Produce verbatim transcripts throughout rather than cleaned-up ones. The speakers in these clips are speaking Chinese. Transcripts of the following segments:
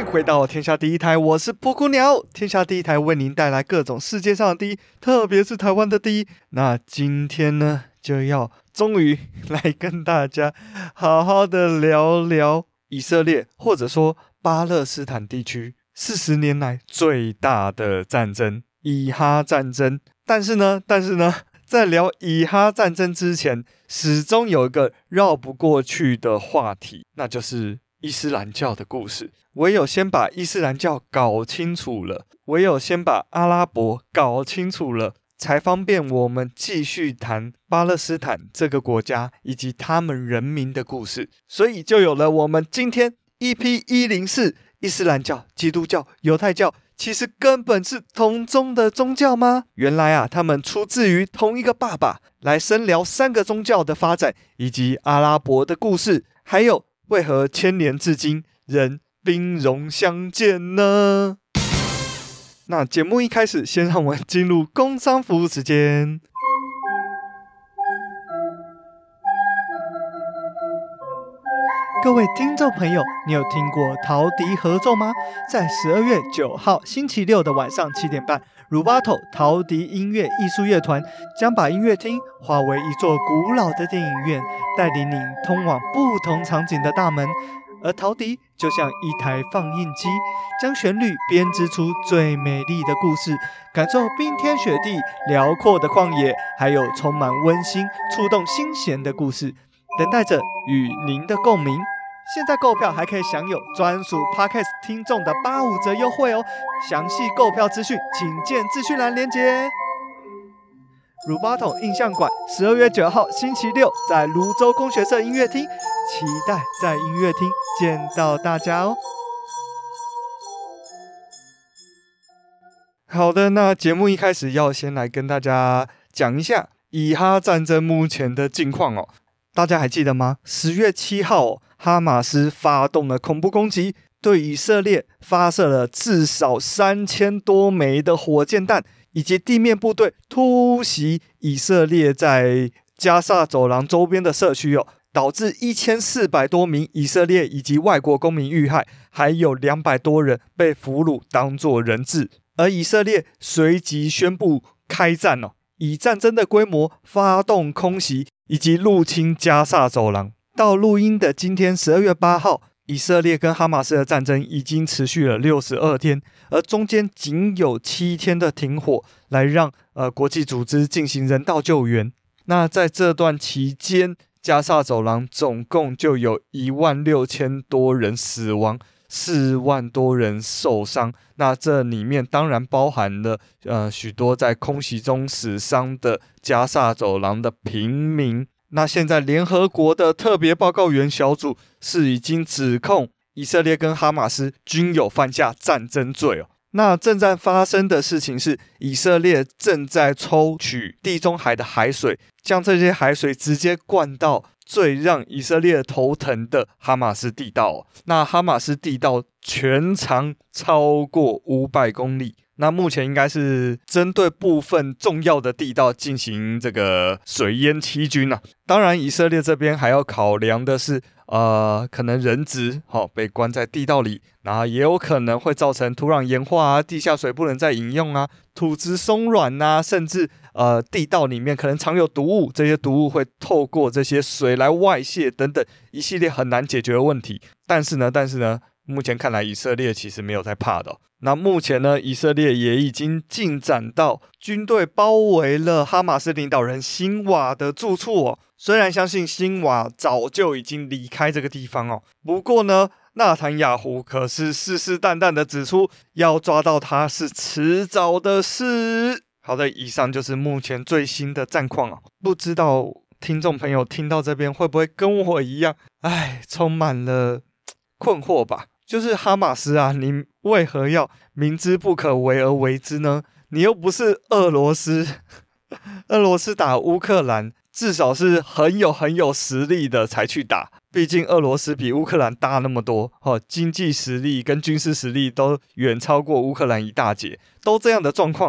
回到天下第一台，我是布谷鸟。天下第一台为您带来各种世界上的第一，特别是台湾的第一。那今天呢，就要终于来跟大家好好的聊聊以色列，或者说巴勒斯坦地区四十年来最大的战争——以哈战争。但是呢，但是呢，在聊以哈战争之前，始终有一个绕不过去的话题，那就是伊斯兰教的故事。唯有先把伊斯兰教搞清楚了，唯有先把阿拉伯搞清楚了，才方便我们继续谈巴勒斯坦这个国家以及他们人民的故事。所以就有了我们今天 E P 一零四，伊斯兰教、基督教、犹太教其实根本是同宗的宗教吗？原来啊，他们出自于同一个爸爸。来深聊三个宗教的发展，以及阿拉伯的故事，还有为何千年至今仍兵戎相见呢？那节目一开始，先让我们进入工商服务时间。各位听众朋友，你有听过陶笛合奏吗？在十二月九号星期六的晚上七点半，Rubato 陶笛音乐艺术乐团将把音乐厅化为一座古老的电影院，带领你通往不同场景的大门。而陶笛就像一台放映机，将旋律编织出最美丽的故事，感受冰天雪地、辽阔的旷野，还有充满温馨、触动心弦的故事，等待着与您的共鸣。现在购票还可以享有专属 Podcast 听众的八五折优惠哦！详细购票资讯请见资讯栏连结。Rubato 印象馆十二月九号星期六在泸州工学社音乐厅，期待在音乐厅见到大家哦。好的，那节目一开始要先来跟大家讲一下以哈战争目前的近况哦。大家还记得吗？十月七号哦，哈马斯发动了恐怖攻击，对以色列发射了至少三千多枚的火箭弹，以及地面部队突袭以色列在加萨走廊周边的社区哦，导致一千四百多名以色列以及外国公民遇害，还有两百多人被俘虏当作人质。而以色列随即宣布开战哦，以战争的规模发动空袭以及入侵加萨走廊。到录音的今天十二月八号，以色列跟哈马斯的战争已经持续了六十二天，而中间仅有七天的停火，来让呃国际组织进行人道救援。那在这段期间，加萨走廊总共就有一万六千多人死亡，四万多人受伤。那这里面当然包含了呃许多在空袭中死伤的加萨走廊的平民。那现在联合国的特别报告员小组是已经指控以色列跟哈马斯均有犯下战争罪哦。那正在发生的事情是，以色列正在抽取地中海的海水，将这些海水直接灌到最让以色列头疼的哈马斯地道哦。那哈马斯地道全长超过五百公里。那目前应该是针对部分重要的地道进行这个水淹七军啊。当然，以色列这边还要考量的是，呃，可能人质、哦、被关在地道里，然后也有可能会造成土壤盐化啊，地下水不能再饮用啊，土质松软啊，甚至呃地道里面可能藏有毒物，这些毒物会透过这些水来外泄等等一系列很难解决的问题。但是呢，但是呢，目前看来以色列其实没有在怕的哦。那目前呢，以色列也已经进展到军队包围了哈马斯领导人辛瓦的住处哦。虽然相信辛瓦早就已经离开这个地方哦，不过呢，纳坦雅胡可是誓誓旦旦的指出，要抓到他是迟早的事。好的，以上就是目前最新的战况哦。不知道听众朋友听到这边会不会跟我一样，哎，充满了困惑吧？就是哈马斯啊，你为何要明知不可为而为之呢？你又不是俄罗斯，俄罗斯打乌克兰至少是很有很有实力的才去打，毕竟俄罗斯比乌克兰大那么多、哦、经济实力跟军事实力都远超过乌克兰一大截，都这样的状况了，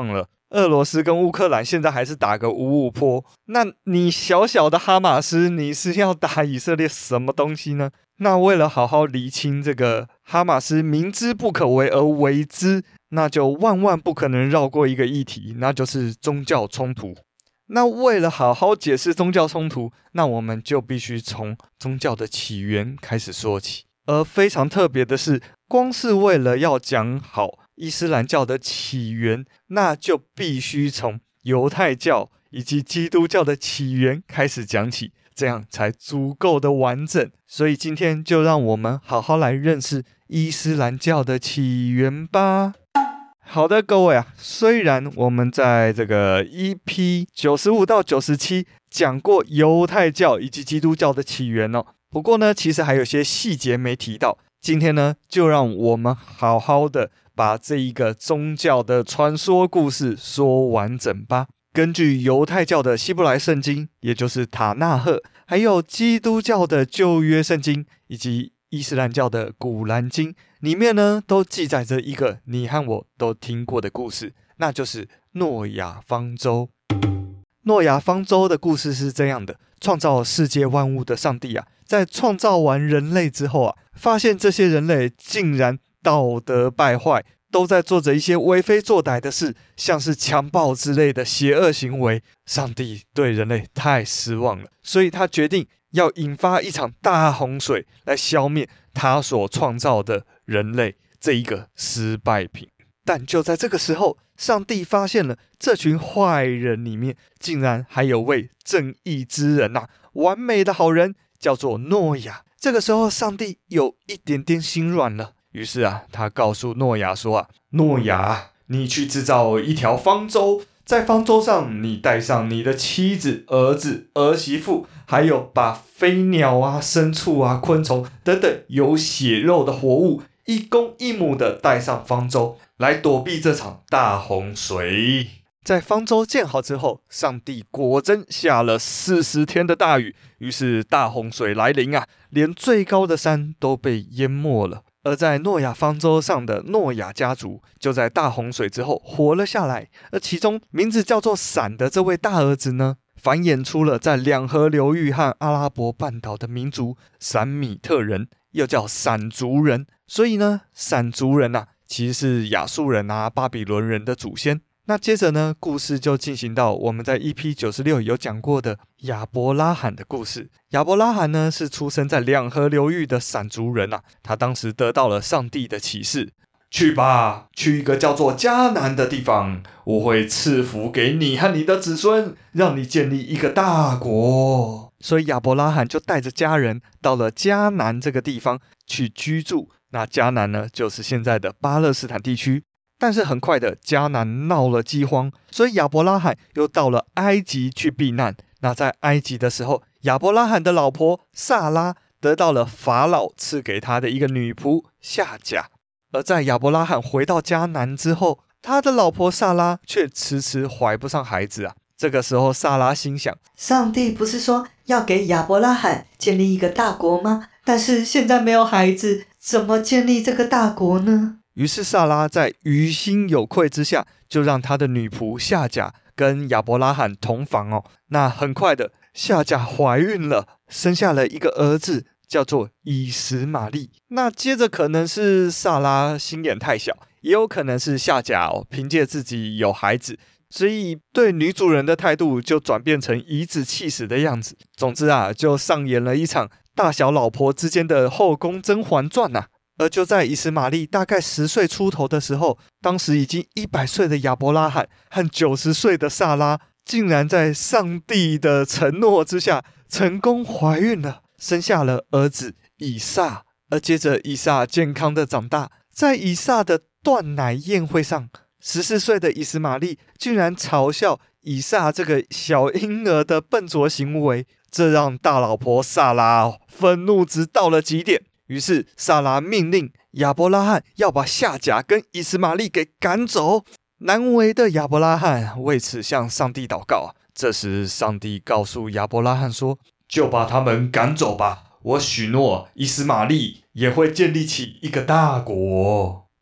俄罗斯跟乌克兰现在还是打个五五波，那你小小的哈马斯，你是要打以色列什么东西呢？那为了好好厘清这个哈马斯明知不可为而为之，那就万万不可能绕过一个议题，那就是宗教冲突。那为了好好解释宗教冲突，那我们就必须从宗教的起源开始说起。而非常特别的是，光是为了要讲好伊斯兰教的起源，那就必须从犹太教以及基督教的起源开始讲起，这样才足够的完整。所以今天就让我们好好来认识伊斯兰教的起源吧。好的，各位啊，虽然我们在这个 E P 九十五到九十七讲过犹太教以及基督教的起源哦，不过呢，其实还有些细节没提到。今天呢，就让我们好好的把这一个宗教的传说故事说完整吧。根据犹太教的希伯来圣经，也就是塔纳赫，还有基督教的旧约圣经，以及伊斯兰教的古兰经，里面呢都记载着一个你和我都听过的故事，那就是诺亚方舟。诺亚方舟的故事是这样的：创造世界万物的上帝啊，在创造完人类之后啊，发现这些人类竟然道德败坏，都在做着一些为非作歹的事，像是强暴之类的邪恶行为。上帝对人类太失望了，所以他决定要引发一场大洪水来消灭他所创造的人类这一个失败品。但就在这个时候，上帝发现了这群坏人里面竟然还有位正义之人啊，完美的好人，叫做诺亚。这个时候上帝有一点点心软了，于是啊，他告诉诺亚说啊，诺亚，你去制造一条方舟，在方舟上你带上你的妻子、儿子、儿媳妇，还有把飞鸟啊、牲畜啊、昆虫等等有血肉的活物一公一母的带上方舟，来躲避这场大洪水。在方舟建好之后，上帝果真下了四十天的大雨，于是大洪水来临啊，连最高的山都被淹没了。而在诺亚方舟上的诺亚家族，就在大洪水之后活了下来。而其中名字叫做闪的这位大儿子呢，繁衍出了在两河流域和阿拉伯半岛的民族闪米特人，又叫闪族人。所以呢，闪族人啊，其实是亚述人啊、巴比伦人的祖先。那接着呢，故事就进行到我们在 E P 九十六有讲过的亚伯拉罕的故事。亚伯拉罕呢，是出生在两河流域的闪族人啊，他当时得到了上帝的启示，去吧，去一个叫做迦南的地方，我会赐福给你和你的子孙，让你建立一个大国。所以亚伯拉罕就带着家人到了迦南这个地方去居住。那迦南呢，就是现在的巴勒斯坦地区。但是很快的，迦南闹了饥荒，所以亚伯拉罕又到了埃及去避难。那在埃及的时候，亚伯拉罕的老婆萨拉得到了法老赐给他的一个女仆夏甲。而在亚伯拉罕回到迦南之后，他的老婆萨拉却迟迟怀不上孩子啊。这个时候萨拉心想， 上帝不是说要给亚伯拉罕建立一个大国吗？但是现在没有孩子，怎么建立这个大国呢？ 于是萨拉在于心有愧之下，就让他的女仆夏甲跟亚伯拉罕同房哦。那很快的，夏甲怀孕了，生下了一个儿子，叫做以实玛利。那接着可能是萨拉心眼太小，也有可能是夏甲哦，凭借自己有孩子，所以对女主人的态度就转变成颐指气使的样子。总之啊，就上演了一场大小老婆之间的后宫甄嬛传啊。而就在以实玛利大概十岁出头的时候，当时已经一百岁的亚伯拉罕和九十岁的萨拉，竟然在上帝的承诺之下，成功怀孕了，生下了儿子以撒。而接着以撒健康的长大，在以撒的断奶宴会上，十四岁的以实玛利竟然嘲笑以撒这个小婴儿的笨拙行为，这让大老婆萨拉愤怒值到了极点。于是萨拉命令亚伯拉罕要把夏甲跟以实玛利给赶走。难为的亚伯拉罕为此向上帝祷告。这时上帝告诉亚伯拉罕说，就把他们赶走吧，我许诺以实玛利也会建立起一个大国。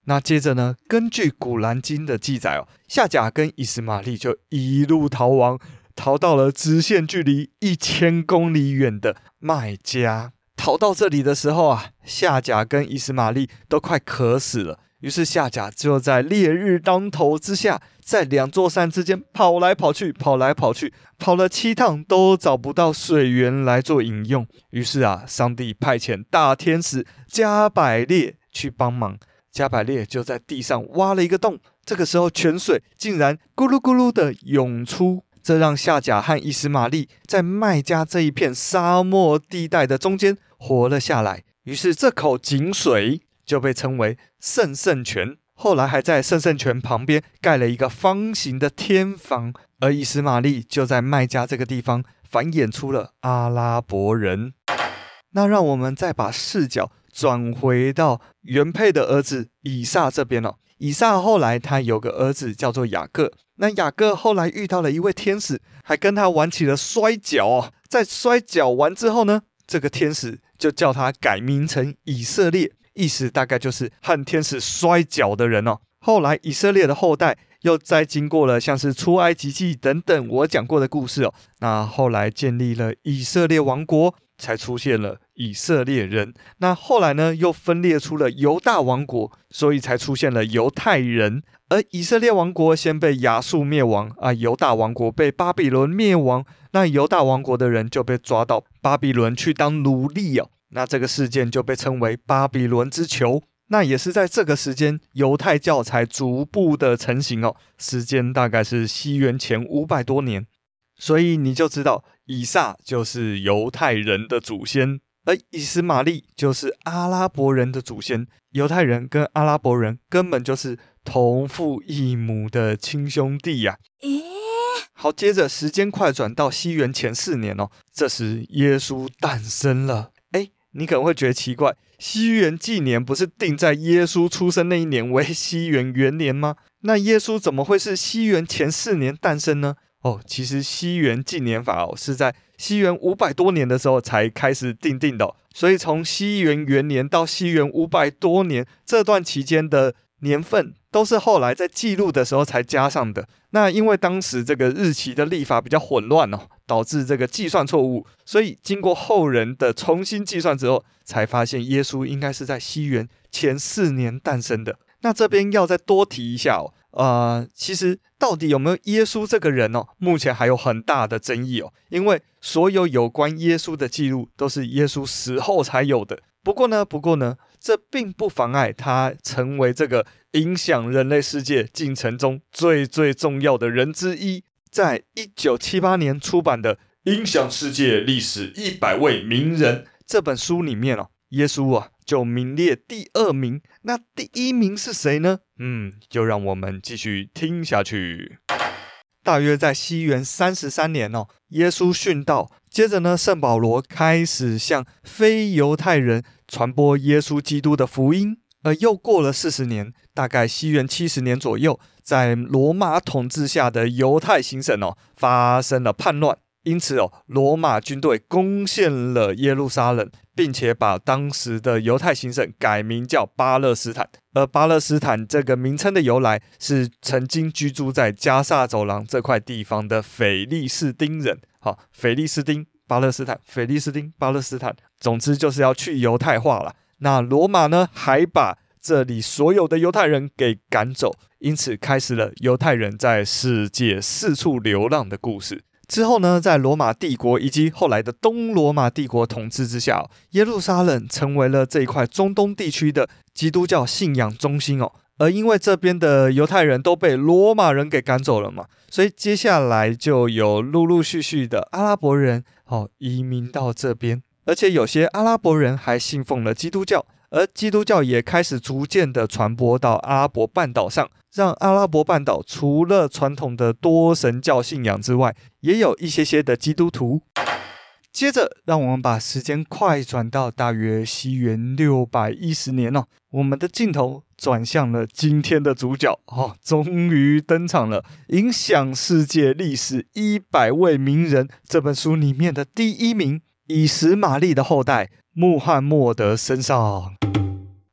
那接着呢，根据古兰经的记载哦，夏甲跟以实玛利就一路逃亡，逃到了直线距离一千公里远的麦加。逃到这里的时候啊，夏甲跟以实玛利都快渴死了。于是夏甲就在烈日当头之下，在两座山之间跑来跑去，跑来跑去，跑了七趟都找不到水源来做饮用。于是啊，上帝派遣大天使加百列去帮忙。加百列就在地上挖了一个洞，这个时候泉水竟然咕噜咕噜的涌出，这让夏甲和以实玛利在麦加这一片沙漠地带的中间活了下来。于是这口井水就被称为圣圣泉，后来还在圣圣泉旁边盖了一个方形的天房，而以实玛利就在麦加这个地方繁衍出了阿拉伯人。那让我们再把视角转回到原配的儿子以撒这边哦。以撒后来他有个儿子叫做雅各，那雅各后来遇到了一位天使，还跟他玩起了摔跤哦。在摔跤完之后呢，这个天使就叫他改名成以色列，意思大概就是和天使摔跤的人哦。后来以色列的后代又再经过了像是出埃及记等等我讲过的故事哦，那后来建立了以色列王国，才出现了以色列人。那后来呢，又分裂出了犹大王国，所以才出现了犹太人。而以色列王国先被亚述灭亡啊，犹大王国被巴比伦灭亡，那犹大王国的人就被抓到巴比伦去当奴隶哦。那这个事件就被称为巴比伦之囚。那也是在这个时间，犹太教才逐步的成型哦，时间大概是西元前五百多年。所以你就知道以撒就是犹太人的祖先，而以实玛利就是阿拉伯人的祖先。犹太人跟阿拉伯人根本就是同父异母的亲兄弟呀、啊。好，接着时间快转到西元前四年哦，这时耶稣诞生了。诶，你可能会觉得奇怪，西元纪年不是定在耶稣出生那一年为西元元年吗？那耶稣怎么会是西元前四年诞生呢？哦，其实西元纪年法哦是在西元五百多年的时候才开始定定的、哦，所以从西元元年到西元五百多年这段期间的年份都是后来在记录的时候才加上的。那因为当时这个日期的历法比较混乱哦，导致这个计算错误，所以经过后人的重新计算之后，才发现耶稣应该是在西元前四年诞生的。那这边要再多提一下哦。呃，其实到底有没有耶稣这个人哦，目前还有很大的争议哦，因为所有有关耶稣的记录都是耶稣死后才有的。不过呢，不过呢，这并不妨碍他成为这个影响人类世界进程中最最重要的人之一。在一九七八年出版的《影响世界历史一百位名人》这本书里面哦，耶稣啊就名列第二名。那第一名是谁呢？嗯，就让我们继续听下去。大约在西元三十三年哦，耶稣殉道。接着呢，圣保罗开始向非犹太人传播耶稣基督的福音。而又过了四十年，大概西元七十年左右，在罗马统治下的犹太行省哦，发生了叛乱。因此哦，罗马军队攻陷了耶路撒冷，并且把当时的犹太行省改名叫巴勒斯坦。而巴勒斯坦这个名称的由来是曾经居住在加萨走廊这块地方的腓利士丁人。好，腓利士丁、巴勒斯坦、腓利士丁、巴勒斯坦，总之就是要去犹太化了。那罗马呢，还把这里所有的犹太人给赶走，因此开始了犹太人在世界四处流浪的故事。之后呢，在罗马帝国以及后来的东罗马帝国统治之下，耶路撒冷成为了这一块中东地区的基督教信仰中心哦。而因为这边的犹太人都被罗马人给赶走了嘛，所以接下来就有陆陆续续的阿拉伯人哦移民到这边，而且有些阿拉伯人还信奉了基督教，而基督教也开始逐渐的传播到阿拉伯半岛上，让阿拉伯半岛除了传统的多神教信仰之外，也有一些些的基督徒。接着让我们把时间快转到大约西元六百一十年哦，我们的镜头转向了今天的主角哦，终于登场了，影响世界历史一百位名人这本书里面的第一名，以实玛利的后代穆罕默德身上。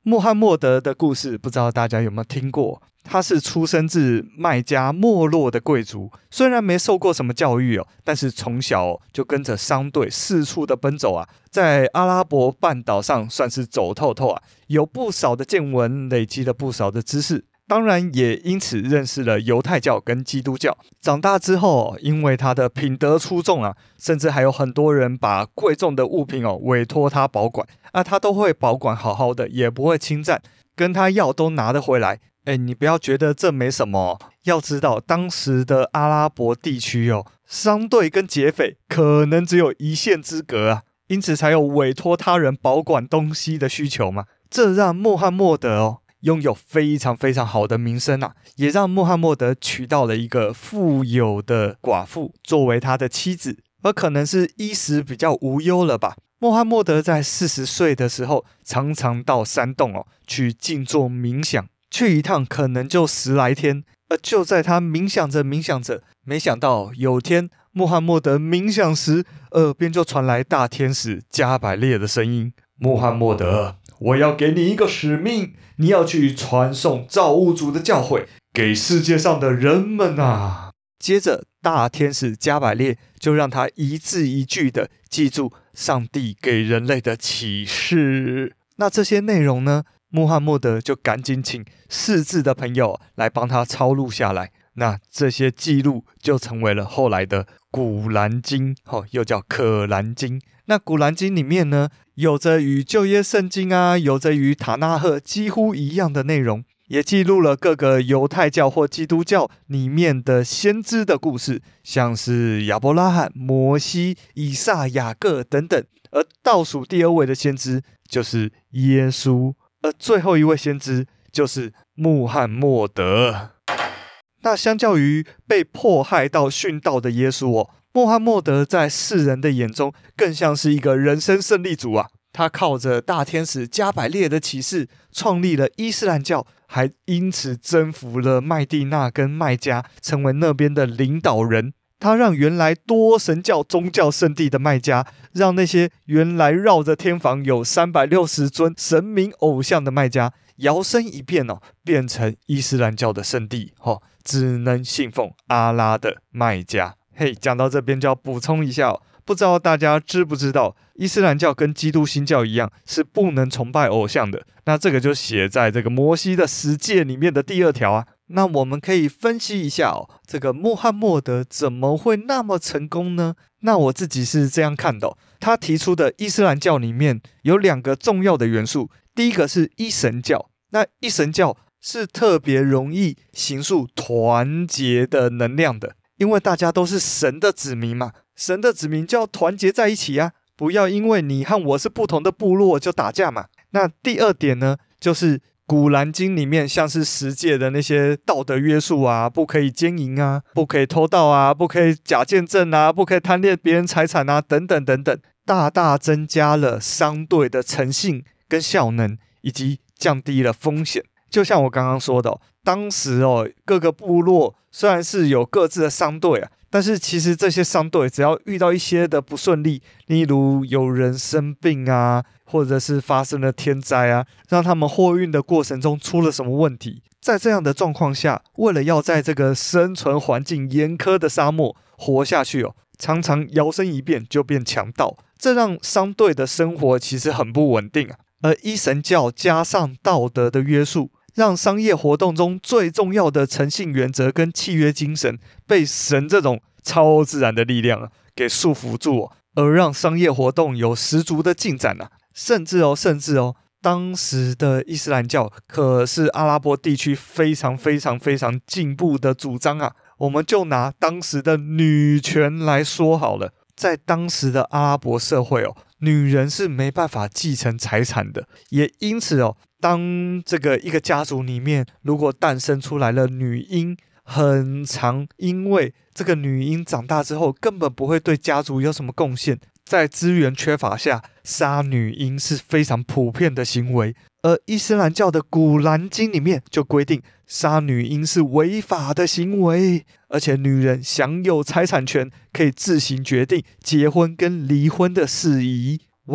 穆罕默德的故事不知道大家有没有听过，他是出生自麦加没落的贵族，虽然没受过什么教育哦，但是从小、哦、就跟着商队四处的奔走啊，在阿拉伯半岛上算是走透透啊，有不少的见闻，累积了不少的知识，当然也因此认识了犹太教跟基督教。长大之后，因为他的品德出众啊，甚至还有很多人把贵重的物品哦委托他保管，啊，他都会保管好好的，也不会侵占，跟他要都拿得回来。哎，你不要觉得这没什么哦，要知道当时的阿拉伯地区哦，商队跟劫匪可能只有一线之隔啊，因此才有委托他人保管东西的需求嘛。这让穆罕默德哦拥有非常非常好的名声啊，也让穆罕默德娶到了一个富有的寡妇作为他的妻子，而可能是衣食比较无忧了吧。穆罕默德在四十岁的时候，常常到山洞哦去静坐冥想，去一趟可能就十来天。而就在他冥想着冥想着，没想到有天穆罕默德冥想时，耳边就传来大天使加百列的声音：穆罕默德，我要给你一个使命，你要去传送造物主的教诲给世界上的人们啊。接着大天使加百列就让他一字一句的记住上帝给人类的启示。那这些内容呢，穆罕默德就赶紧请识字的朋友来帮他抄录下来，那这些记录就成为了后来的古兰经、哦、又叫可兰经。那古兰经里面呢，有着与旧约圣经啊，有着与塔纳赫几乎一样的内容，也记录了各个犹太教或基督教里面的先知的故事，像是亚伯拉罕、摩西、以撒、雅各等等。而倒数第二位的先知就是耶稣，而最后一位先知就是穆罕默德。那相较于被迫害到殉道的耶稣哦，穆罕默德在世人的眼中更像是一个人生胜利组啊。他靠着大天使加百列的启示，创立了伊斯兰教，还因此征服了麦地那跟麦加，成为那边的领导人。他让原来多神教宗教圣地的麦加，让那些原来绕着天房有三百六十尊神明偶像的麦加，摇身一变哦，变成伊斯兰教的圣地哦，只能信奉阿拉的麦加。嘿，讲到这边就要补充一下哦，不知道大家知不知道，伊斯兰教跟基督新教一样是不能崇拜偶像的。那这个就写在这个摩西的十诫里面的第二条啊。那我们可以分析一下哦，这个穆罕默德怎么会那么成功呢？那我自己是这样看的哦，他提出的伊斯兰教里面有两个重要的元素，第一个是一神教，那一神教是特别容易形塑团结的能量的，因为大家都是神的子民嘛，神的子民就要团结在一起啊，不要因为你和我是不同的部落就打架嘛。那第二点呢，就是古兰经里面像是十诫的那些道德约束啊，不可以奸淫啊，不可以偷盗啊，不可以假见证啊，不可以贪恋别人财产啊，等等等等，大大增加了商队的诚信跟效能，以及降低了风险。就像我刚刚说的哦，当时哦各个部落虽然是有各自的商队啊，但是其实这些商队只要遇到一些的不顺利，例如有人生病啊，或者是发生了天灾啊，让他们货运的过程中出了什么问题，在这样的状况下，为了要在这个生存环境严苛的沙漠活下去哦，常常摇身一变就变强盗，这让商队的生活其实很不稳定啊。而一神教加上道德的约束，让商业活动中最重要的诚信原则跟契约精神被神这种超自然的力量、啊、给束缚住、哦，而让商业活动有十足的进展、啊、甚至哦，甚至哦，当时的伊斯兰教可是阿拉伯地区非常非常非常进步的主张啊。我们就拿当时的女权来说好了，在当时的阿拉伯社会哦，女人是没办法继承财产的，也因此哦，当这个一个家族里面如果诞生出来了女婴，很常因为这个女婴长大之后根本不会对家族有什么贡献，在资源缺乏下，杀女婴是非常普遍的行为。而伊斯兰教的古兰经里面就规定，杀女婴是违法的行为，而且女人享有财产权，可以自行决定结婚跟离婚的事宜。哇哦，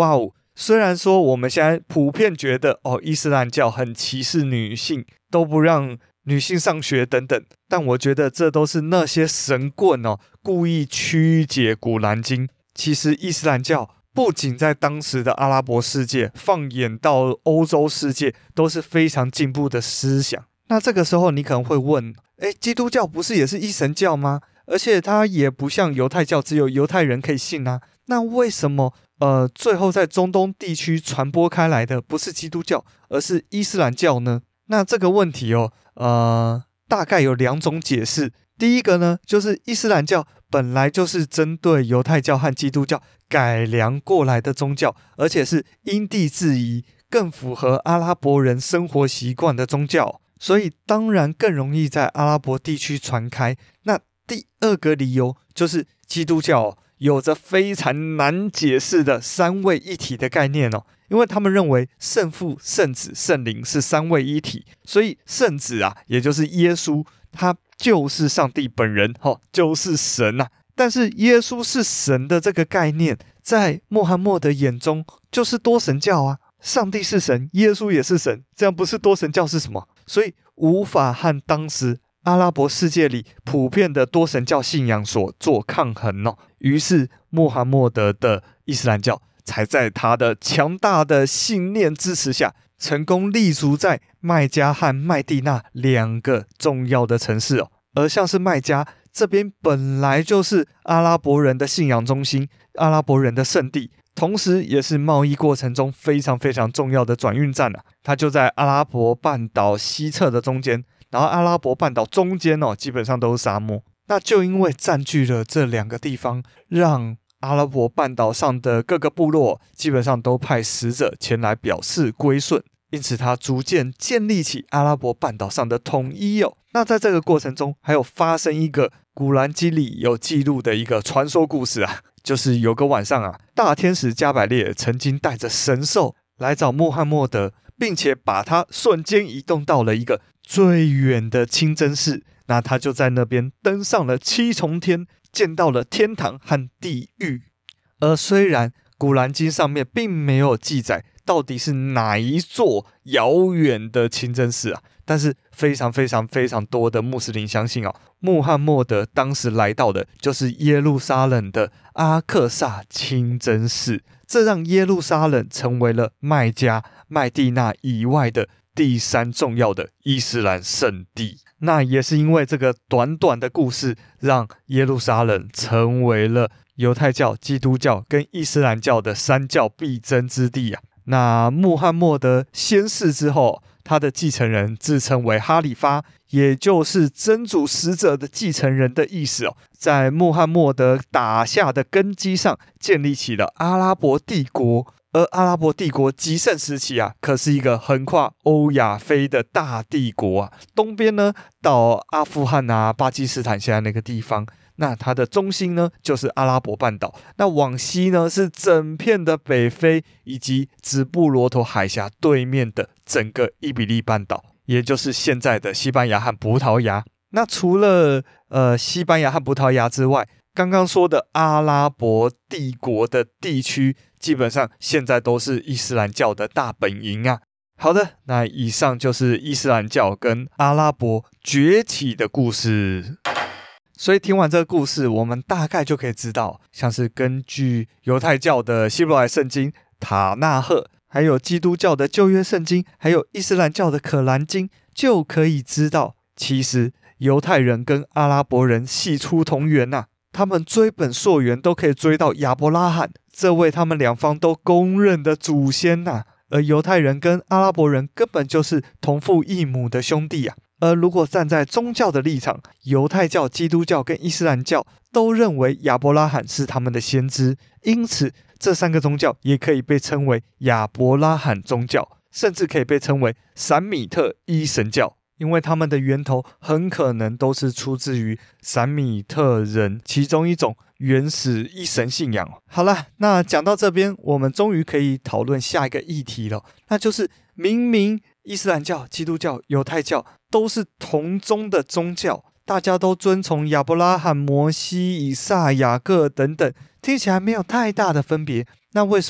虽然说我们现在普遍觉得哦，伊斯兰教很歧视女性，都不让女性上学等等，但我觉得这都是那些神棍哦故意曲解古兰经。其实伊斯兰教不仅在当时的阿拉伯世界，放眼到欧洲世界都是非常进步的思想。那这个时候你可能会问，诶，基督教不是也是一神教吗？而且它也不像犹太教只有犹太人可以信啊，那为什么呃最后在中东地区传播开来的不是基督教而是伊斯兰教呢？那这个问题哦呃大概有两种解释。第一个呢，就是伊斯兰教本来就是针对犹太教和基督教改良过来的宗教，而且是因地制宜，更符合阿拉伯人生活习惯的宗教，所以当然更容易在阿拉伯地区传开。那第二个理由就是基督教有着非常难解释的三位一体的概念哦，因为他们认为圣父、圣子、圣灵是三位一体，所以圣子啊，也就是耶稣，他就是上帝本人，哦，就是神啊。但是耶稣是神的这个概念，在穆罕默德眼中就是多神教啊，上帝是神，耶稣也是神，这样不是多神教是什么？所以无法和当时阿拉伯世界里普遍的多神教信仰所做抗衡哦。于是穆罕默德的伊斯兰教才在他的强大的信念支持下，成功立足在麦加和麦地那两个重要的城市哦。而像是麦加这边本来就是阿拉伯人的信仰中心，阿拉伯人的圣地，同时也是贸易过程中非常非常重要的转运站啊。它就在阿拉伯半岛西侧的中间，然后阿拉伯半岛中间哦，基本上都是沙漠。那就因为占据了这两个地方，让阿拉伯半岛上的各个部落基本上都派使者前来表示归顺，因此他逐渐建立起阿拉伯半岛上的统一哦。那在这个过程中，还有发生一个古兰经里有记录的一个传说故事啊，就是有个晚上啊，大天使加百列曾经带着神兽来找穆罕默德，并且把他瞬间移动到了一个最远的清真寺。那他就在那边登上了七重天，见到了天堂和地狱。而虽然古兰经上面并没有记载到底是哪一座遥远的清真寺啊，但是非常非常非常多的穆斯林相信哦，穆罕默德当时来到的就是耶路撒冷的阿克萨清真寺，这让耶路撒冷成为了麦加、麦地那以外的第三重要的伊斯兰圣地。那也是因为这个短短的故事，让耶路撒冷成为了犹太教、基督教跟伊斯兰教的三教必争之地啊。那穆罕默德仙逝之后，他的继承人自称为哈里发，也就是真主使者的继承人的意思哦。在穆罕默德打下的根基上，建立起了阿拉伯帝国。而阿拉伯帝国极盛时期啊，可是一个横跨欧亚非的大帝国啊。东边呢，到阿富汗啊、巴基斯坦现在那个地方，那它的中心呢，就是阿拉伯半岛。那往西呢，是整片的北非以及直布罗陀海峡对面的整个伊比利半岛，也就是现在的西班牙和葡萄牙。那除了呃西班牙和葡萄牙之外，刚刚说的阿拉伯帝国的地区，基本上现在都是伊斯兰教的大本营啊。好的，那以上就是伊斯兰教跟阿拉伯崛起的故事。所以听完这个故事，我们大概就可以知道，像是根据犹太教的希伯来圣经塔纳赫，还有基督教的旧约圣经，还有伊斯兰教的可兰经，就可以知道，其实犹太人跟阿拉伯人系出同源啊。他们追本溯源都可以追到亚伯拉罕，这位他们两方都公认的祖先啊。而犹太人跟阿拉伯人根本就是同父异母的兄弟啊。而如果站在宗教的立场，犹太教、基督教跟伊斯兰教都认为亚伯拉罕是他们的先知，因此这三个宗教也可以被称为亚伯拉罕宗教，甚至可以被称为闪米特一神教，因为他们的源头很可能都是出自于闪米特人其中一种原始一神信仰。好了，那讲到这边，我们终于可以讨论下一个议题了，那就是明明伊斯兰教、基督教、犹太教都是同宗的宗教，大家都遵从亚伯拉罕、摩西、以撒、雅各等等，听起来没有太大的分别，那为什么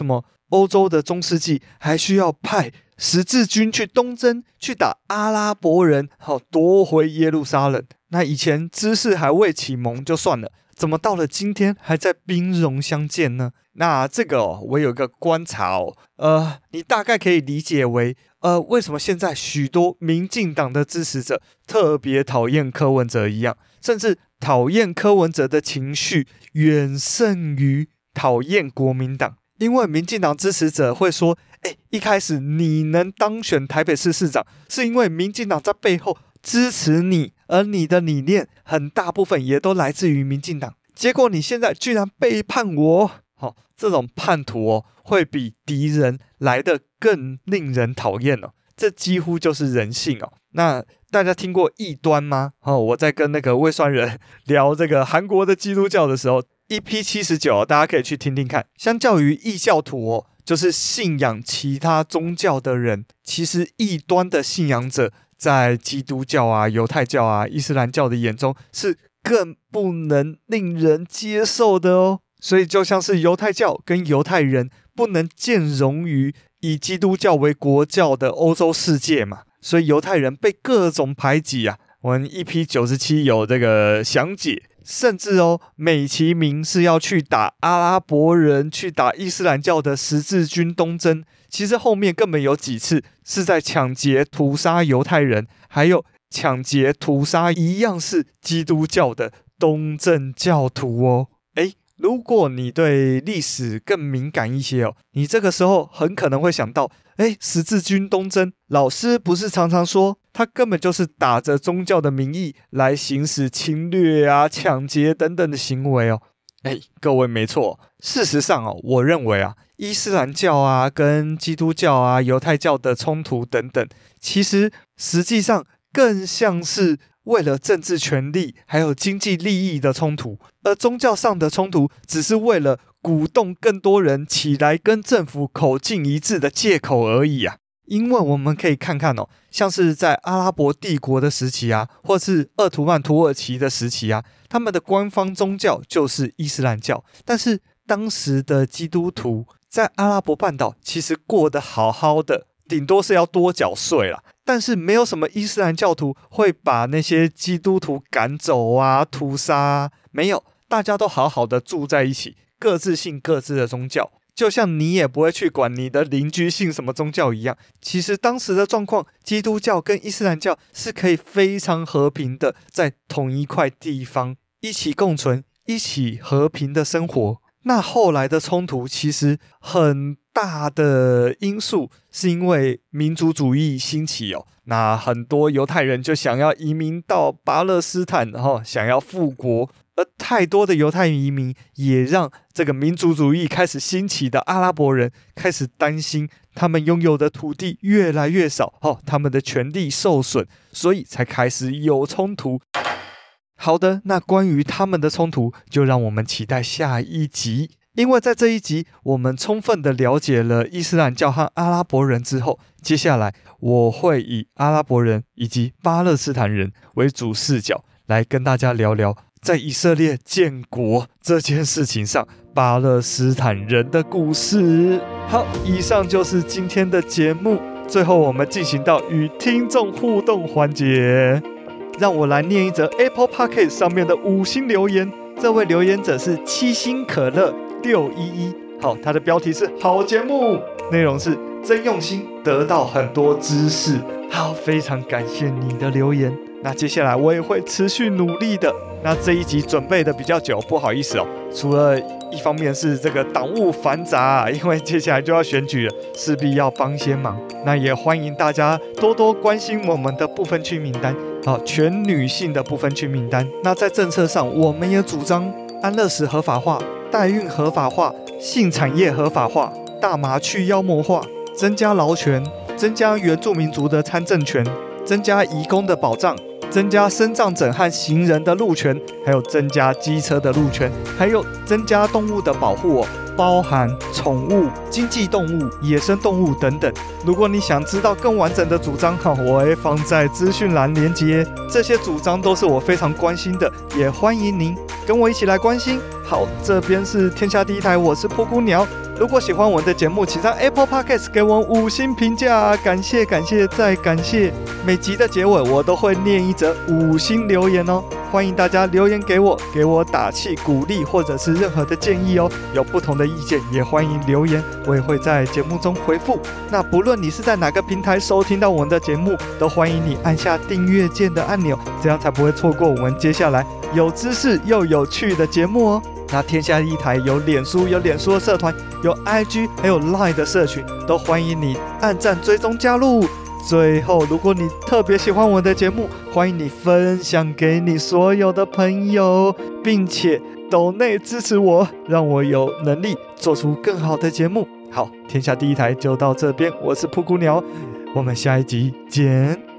欧洲的中世纪还需要派十字军去东征，去打阿拉伯人，好夺回耶路撒冷。那以前知识还未启蒙就算了，怎么到了今天还在兵戎相见呢？那这个哦，我有一个观察哦，呃，你大概可以理解为，呃，为什么现在许多民进党的支持者特别讨厌柯文哲一样，甚至讨厌柯文哲的情绪远胜于讨厌国民党。因为民进党支持者会说，哎，一开始你能当选台北市市长，是因为民进党在背后支持你，而你的理念很大部分也都来自于民进党。结果你现在居然背叛我，哦，这种叛徒哦，会比敌人来得更令人讨厌哦。这几乎就是人性哦。那大家听过异端吗？哦，我在跟那个魏酸人聊这个韩国的基督教的时候 ，E P 七十九，大家可以去听听看。相较于异教徒哦，就是信仰其他宗教的人，其实异端的信仰者在基督教啊、犹太教啊、伊斯兰教的眼中是更不能令人接受的哦。所以就像是犹太教跟犹太人不能兼容于以基督教为国教的欧洲世界嘛，所以犹太人被各种排挤啊。我们 E P 九十七有这个详解，甚至哦，美其名是要去打阿拉伯人，去打伊斯兰教的十字军东征，其实后面根本有几次是在抢劫屠杀犹太人，还有抢劫屠杀一样是基督教的东正教徒哦。诶，如果你对历史更敏感一些哦，你这个时候很可能会想到，诶，十字军东征，老师不是常常说他根本就是打着宗教的名义来行使侵略啊、抢劫等等的行为哦。诶，各位没错，事实上哦，我认为啊，伊斯兰教啊跟基督教啊、犹太教的冲突等等，其实实际上更像是为了政治权力还有经济利益的冲突，而宗教上的冲突只是为了鼓动更多人起来跟政府口径一致的借口而已啊。因为我们可以看看哦，像是在阿拉伯帝国的时期啊，或是鄂图曼土耳其的时期啊，他们的官方宗教就是伊斯兰教，但是当时的基督徒在阿拉伯半岛其实过得好好的，顶多是要多缴税啦，但是没有什么伊斯兰教徒会把那些基督徒赶走啊、屠杀啊，没有，大家都好好的住在一起，各自信各自的宗教，就像你也不会去管你的邻居信什么宗教一样。其实当时的状况，基督教跟伊斯兰教是可以非常和平的在同一块地方一起共存，一起和平的生活。那后来的冲突其实很大的因素是因为民族主义兴起哦，那很多犹太人就想要移民到巴勒斯坦，然后想要复国，而太多的犹太移民也让这个民族主义开始兴起的阿拉伯人开始担心他们拥有的土地越来越少，哦，他们的权利受损，所以才开始有冲突。好的，那关于他们的冲突，就让我们期待下一集。因为在这一集，我们充分的了解了伊斯兰教和阿拉伯人之后，接下来我会以阿拉伯人以及巴勒斯坦人为主视角，来跟大家聊聊在以色列建国这件事情上，巴勒斯坦人的故事。好，以上就是今天的节目。最后，我们进行到与听众互动环节。让我来念一则 Apple Podcast 上面的五星留言。这位留言者是七星可乐六一一，好，他的标题是好节目，内容是真用心，得到很多知识。好，非常感谢你的留言。那接下来我也会持续努力的。那这一集准备的比较久，不好意思哦。除了一方面是这个党务繁杂啊，因为接下来就要选举了，势必要帮些忙。那也欢迎大家多多关心我们的不分区名单，好，全女性的不分区名单。那在政策上，我们也主张安乐死合法化、代孕合法化、性产业合法化、大麻去妖魔化、增加劳权、增加原住民族的参政权、增加移工的保障、增加身障者和行人的路权，还有增加机车的路权，还有增加动物的保护哦，包含宠物、经济动物、野生动物等等。如果你想知道更完整的主张，我会放在资讯栏连结。这些主张都是我非常关心的，也欢迎您跟我一起来关心。好，这边是天下第一台，我是波姑鸟， 如果喜欢我们的节目，请上 Apple Podcast 给我们五星评价，感谢感谢再感谢。每集的结尾我都会念一则五星留言哦，欢迎大家留言给我，给我打气鼓励或者是任何的建议哦。有不同的意见也欢迎留言，我也会在节目中回复。那不论你是在哪个平台收听到我们的节目，都欢迎你按下订阅键的按钮，这样才不会错过我们接下来有知识又有趣的节目哦。那天下第一台有脸书，有脸书的社团，有 I G， 还有 Line 的社群，都欢迎你按赞追踪加入。最后，如果你特别喜欢我的节目，欢迎你分享给你所有的朋友，并且抖内支持我，让我有能力做出更好的节目。好，天下第一台就到这边，我是噗咕鸟，我们下一集见。